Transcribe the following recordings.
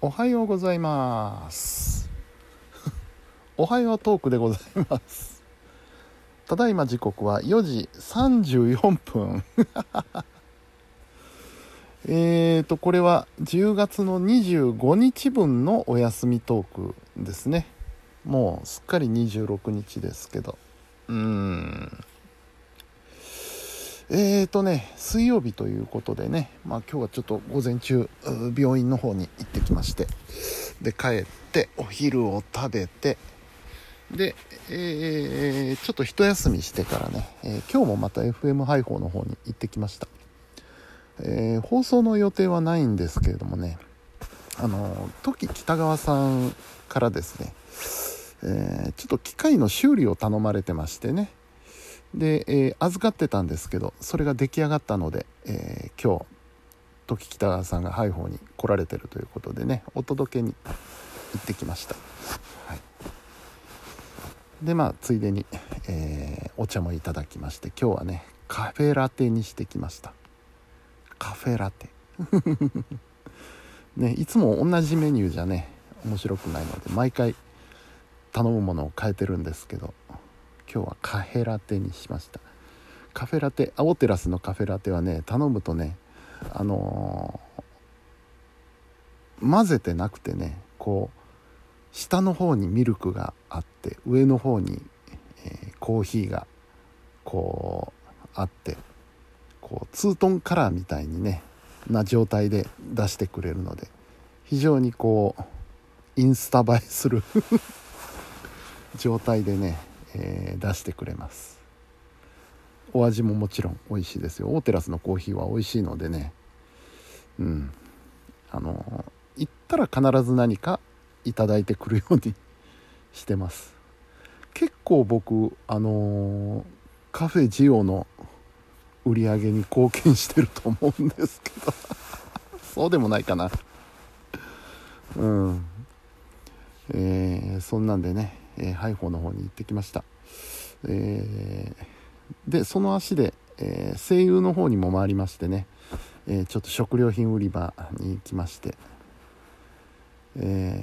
おはようございますおはようトークでございます。ただいま時刻は4時34分これは10月の25日分のお休みトークですね。もうすっかり26日ですけど、水曜日ということでね、今日はちょっと午前中病院の方に行ってきまして、で帰ってお昼を食べて、で、ちょっと一休みしてからね、今日もまた FM 配報の方に行ってきました。放送の予定はないんですけれどもね、時北川さんからですね、ちょっと機械の修理を頼まれてましてね、で、預かってたんですけど、それが出来上がったので、今日時北川さんが配報に来られてるということでね、お届けに行ってきました。はい。でついでに、お茶もいただきまして、今日はねカフェラテにしてきました。カフェラテね、いつも同じメニューじゃね面白くないので、毎回頼むものを変えてるんですけど、今日はカフェラテにしました。カフェラテ、青テラスのカフェラテはね、頼むとね、混ぜてなくてね、こう下の方にミルクがあって、上の方に、コーヒーがこうあって、こうツートンカラーみたいにねな状態で出してくれるので、非常にこうインスタ映えする状態でね、出してくれます。お味ももちろん美味しいですよ。オーテラスのコーヒーは美味しいのでね、行ったら必ず何かいただいてくるようにしてます。結構僕カフェジオの売り上げに貢献してると思うんですけどそうでもないかな。そんなんでね、ハイホーの方に行ってきました。でその足で、声優の方にも回りましてね、ちょっと食料品売り場に行きまして、ス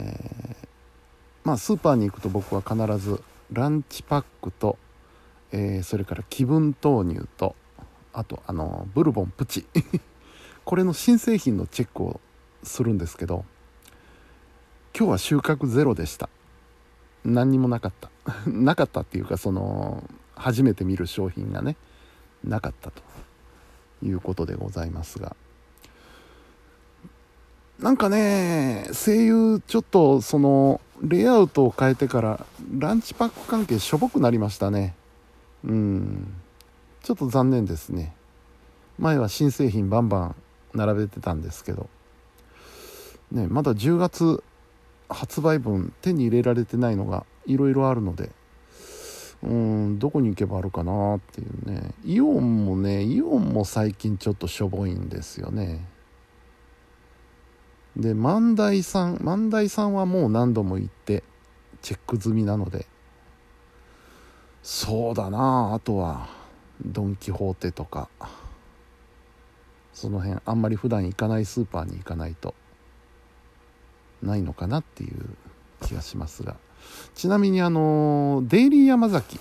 ーパーに行くと僕は必ずランチパックと、それから気分豆乳と、あとブルボンプチこれの新製品のチェックをするんですけど、今日は収穫ゼロでした。何にもなかったなかったっていうか、初めて見る商品がねなかったということでございますが、なんかね、声優ちょっとレイアウトを変えてからランチパック関係しょぼくなりましたね。ちょっと残念ですね。前は新製品バンバン並べてたんですけどね、まだ10月発売分手に入れられてないのがいろいろあるので、どこに行けばあるかなっていうね。イオンも最近ちょっとしょぼいんですよね。で万代さんはもう何度も行ってチェック済みなので、そうだな、あとはドン・キホーテとか、その辺あんまり普段行かないスーパーに行かないとないのかなっていう気がしますが、ちなみにデイリー山崎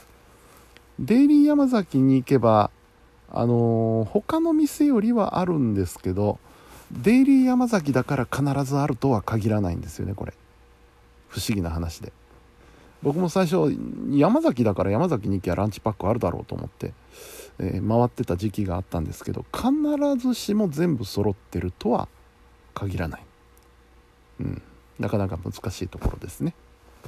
に行けば他の店よりはあるんですけど、デイリー山崎だから必ずあるとは限らないんですよね。これ不思議な話で、僕も最初山崎だから山崎に行きゃランチパックあるだろうと思って、回ってた時期があったんですけど、必ずしも全部揃ってるとは限らない。なかなか難しいところですね。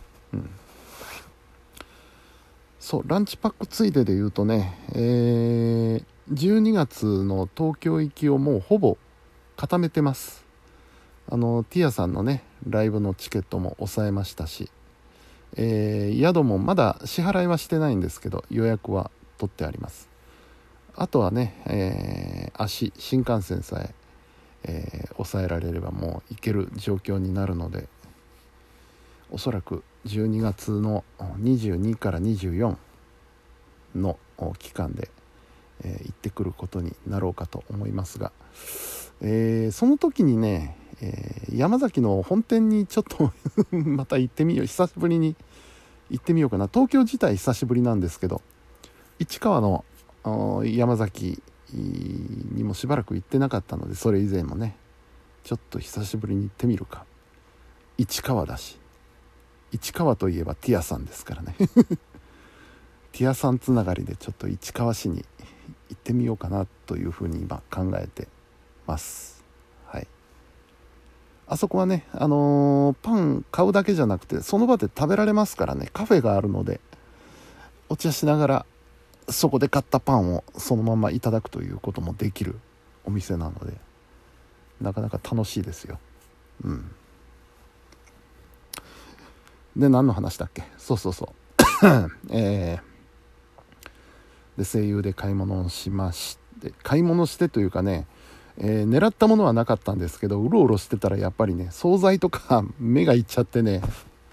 そうランチパックついでで言うとね、12月の東京行きをもうほぼ固めてます。ティアさんのねライブのチケットも抑えましたし、宿もまだ支払いはしてないんですけど予約は取ってあります。あとはね、新幹線さえ抑えられればもう行ける状況になるので、おそらく12月の22から24の期間で、行ってくることになろうかと思いますが、その時にね、 山崎の本店にちょっとまた行ってみよう、久しぶりに行ってみようかな。東京自体久しぶりなんですけど、市川の山崎にもしばらく行ってなかったので、それ以前もねちょっと久しぶりに行ってみるか。市川だし、市川といえばティアさんですからねティアさんつながりでちょっと市川市に行ってみようかなというふうに今考えてます。はい。あそこはね、パン買うだけじゃなくてその場で食べられますからね。カフェがあるのでお茶しながらそこで買ったパンをそのままいただくということもできるお店なので、なかなか楽しいですよ。で、何の話だっけ。そうで、声優で買い物をしまして、買い物してというかね、狙ったものはなかったんですけど、うろうろしてたらやっぱりね、惣菜とか目がいっちゃってね、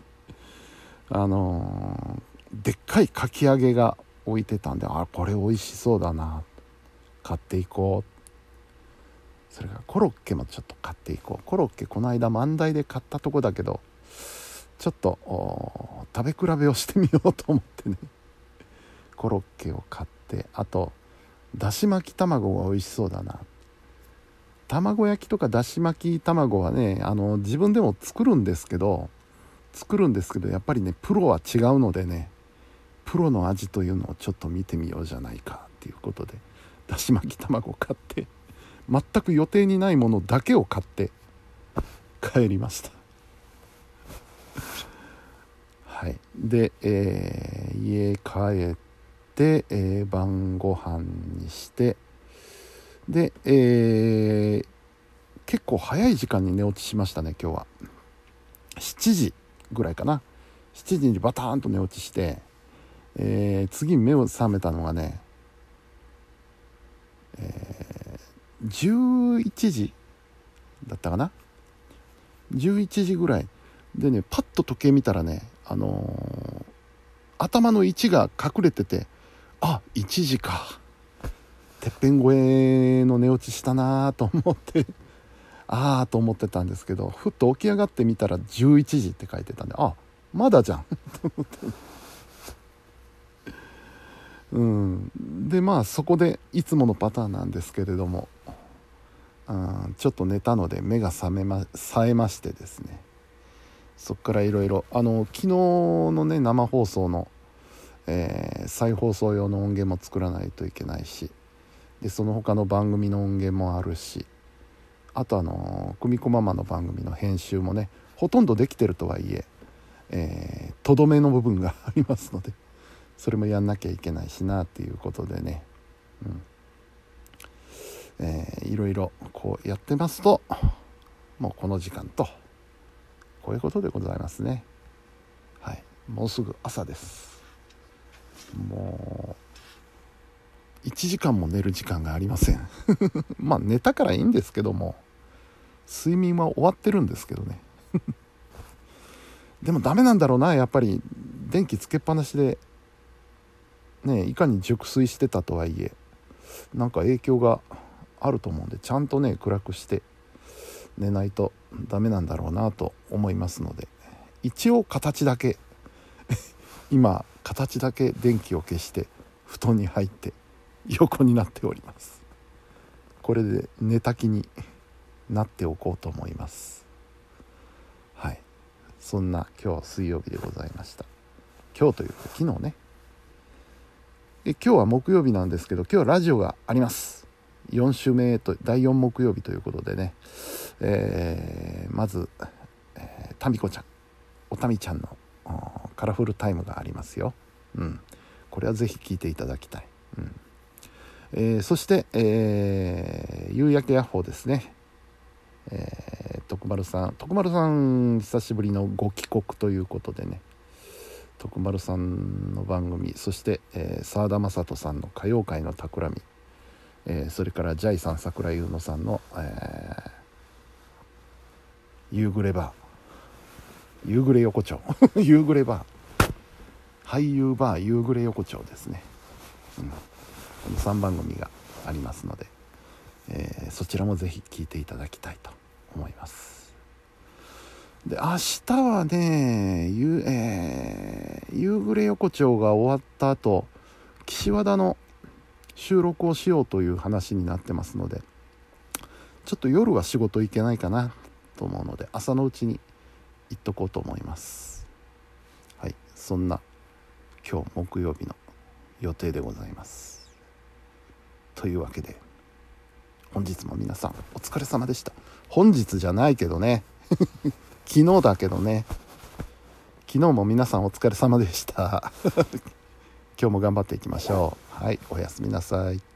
でっかいかき揚げが置いてたんで、これ美味しそうだな、買っていこう。それからコロッケもちょっと買っていこう。コロッケこの間万代で買ったとこだけど、ちょっと食べ比べをしてみようと思ってねコロッケを買って、あとだし巻き卵が美味しそうだな。卵焼きとかだし巻き卵はね、自分でも作るんですけどやっぱりねプロは違うのでね、プロの味というのをちょっと見てみようじゃないかっていうことで、だし巻き卵を買って、全く予定にないものだけを買って帰りましたはい。で、家帰って、晩ご飯にして、で、結構早い時間に寝落ちしましたね。今日は7時ぐらいかな。7時にバターンと寝落ちして、次目を覚めたのがね、11時だったかな。11時ぐらいでね、パッと時計見たらね、頭の位置が隠れてて、1時か、てっぺん越えの寝落ちしたなと思ってと思ってたんですけど、ふっと起き上がってみたら11時って書いてたんで、まだじゃんと思ってで、そこでいつものパターンなんですけれども、ちょっと寝たので目が冴えましてですね、そこからいろいろ昨日のね生放送の、再放送用の音源も作らないといけないし、でその他の番組の音源もあるし、あと久美子ママの番組の編集もね、ほとんどできてるとはいえとどめの部分がありますので、それもやんなきゃいけないしなっていうことでね、いろいろこうやってますと、もうこの時間とこういうことでございますね。はい。もうすぐ朝です。もう1時間も寝る時間がありません寝たからいいんですけども、睡眠は終わってるんですけどねでもダメなんだろうな、やっぱり電気つけっぱなしでね、いかに熟睡してたとはいえなんか影響があると思うんで、ちゃんとね暗くして寝ないとダメなんだろうなと思いますので、一応形だけ今形だけ電気を消して布団に入って横になっております。これで寝た気になっておこうと思います。はい。そんな今日水曜日でございました。今日というか昨日ね。今日は木曜日なんですけど、今日はラジオがあります。4週目と第4木曜日ということでね、まず、タミコちゃん、おたみちゃんのカラフルタイムがありますよ。これはぜひ聞いていただきたい。そして、夕焼けヤッホーですね。徳丸さん久しぶりのご帰国ということでね、徳丸さんの番組、そして澤田雅人さんの歌謡界の企み、それからジャイさん桜井優乃さんの、夕暮れバー、夕暮れ横丁夕暮れバー、俳優バー夕暮れ横丁ですね、この3番組がありますので、そちらもぜひ聞いていただきたいと思います。 で明日はね夕暮れ横丁が終わった後、岸和田の収録をしようという話になってますので、ちょっと夜は仕事行けないかなと思うので、朝のうちに行っとこうと思います。はい、そんな今日木曜日の予定でございます。というわけで本日も皆さんお疲れ様でした。本日じゃないけどね昨日だけどね、昨日も皆さんお疲れ様でした今日も頑張っていきましょう。はい、おやすみなさい。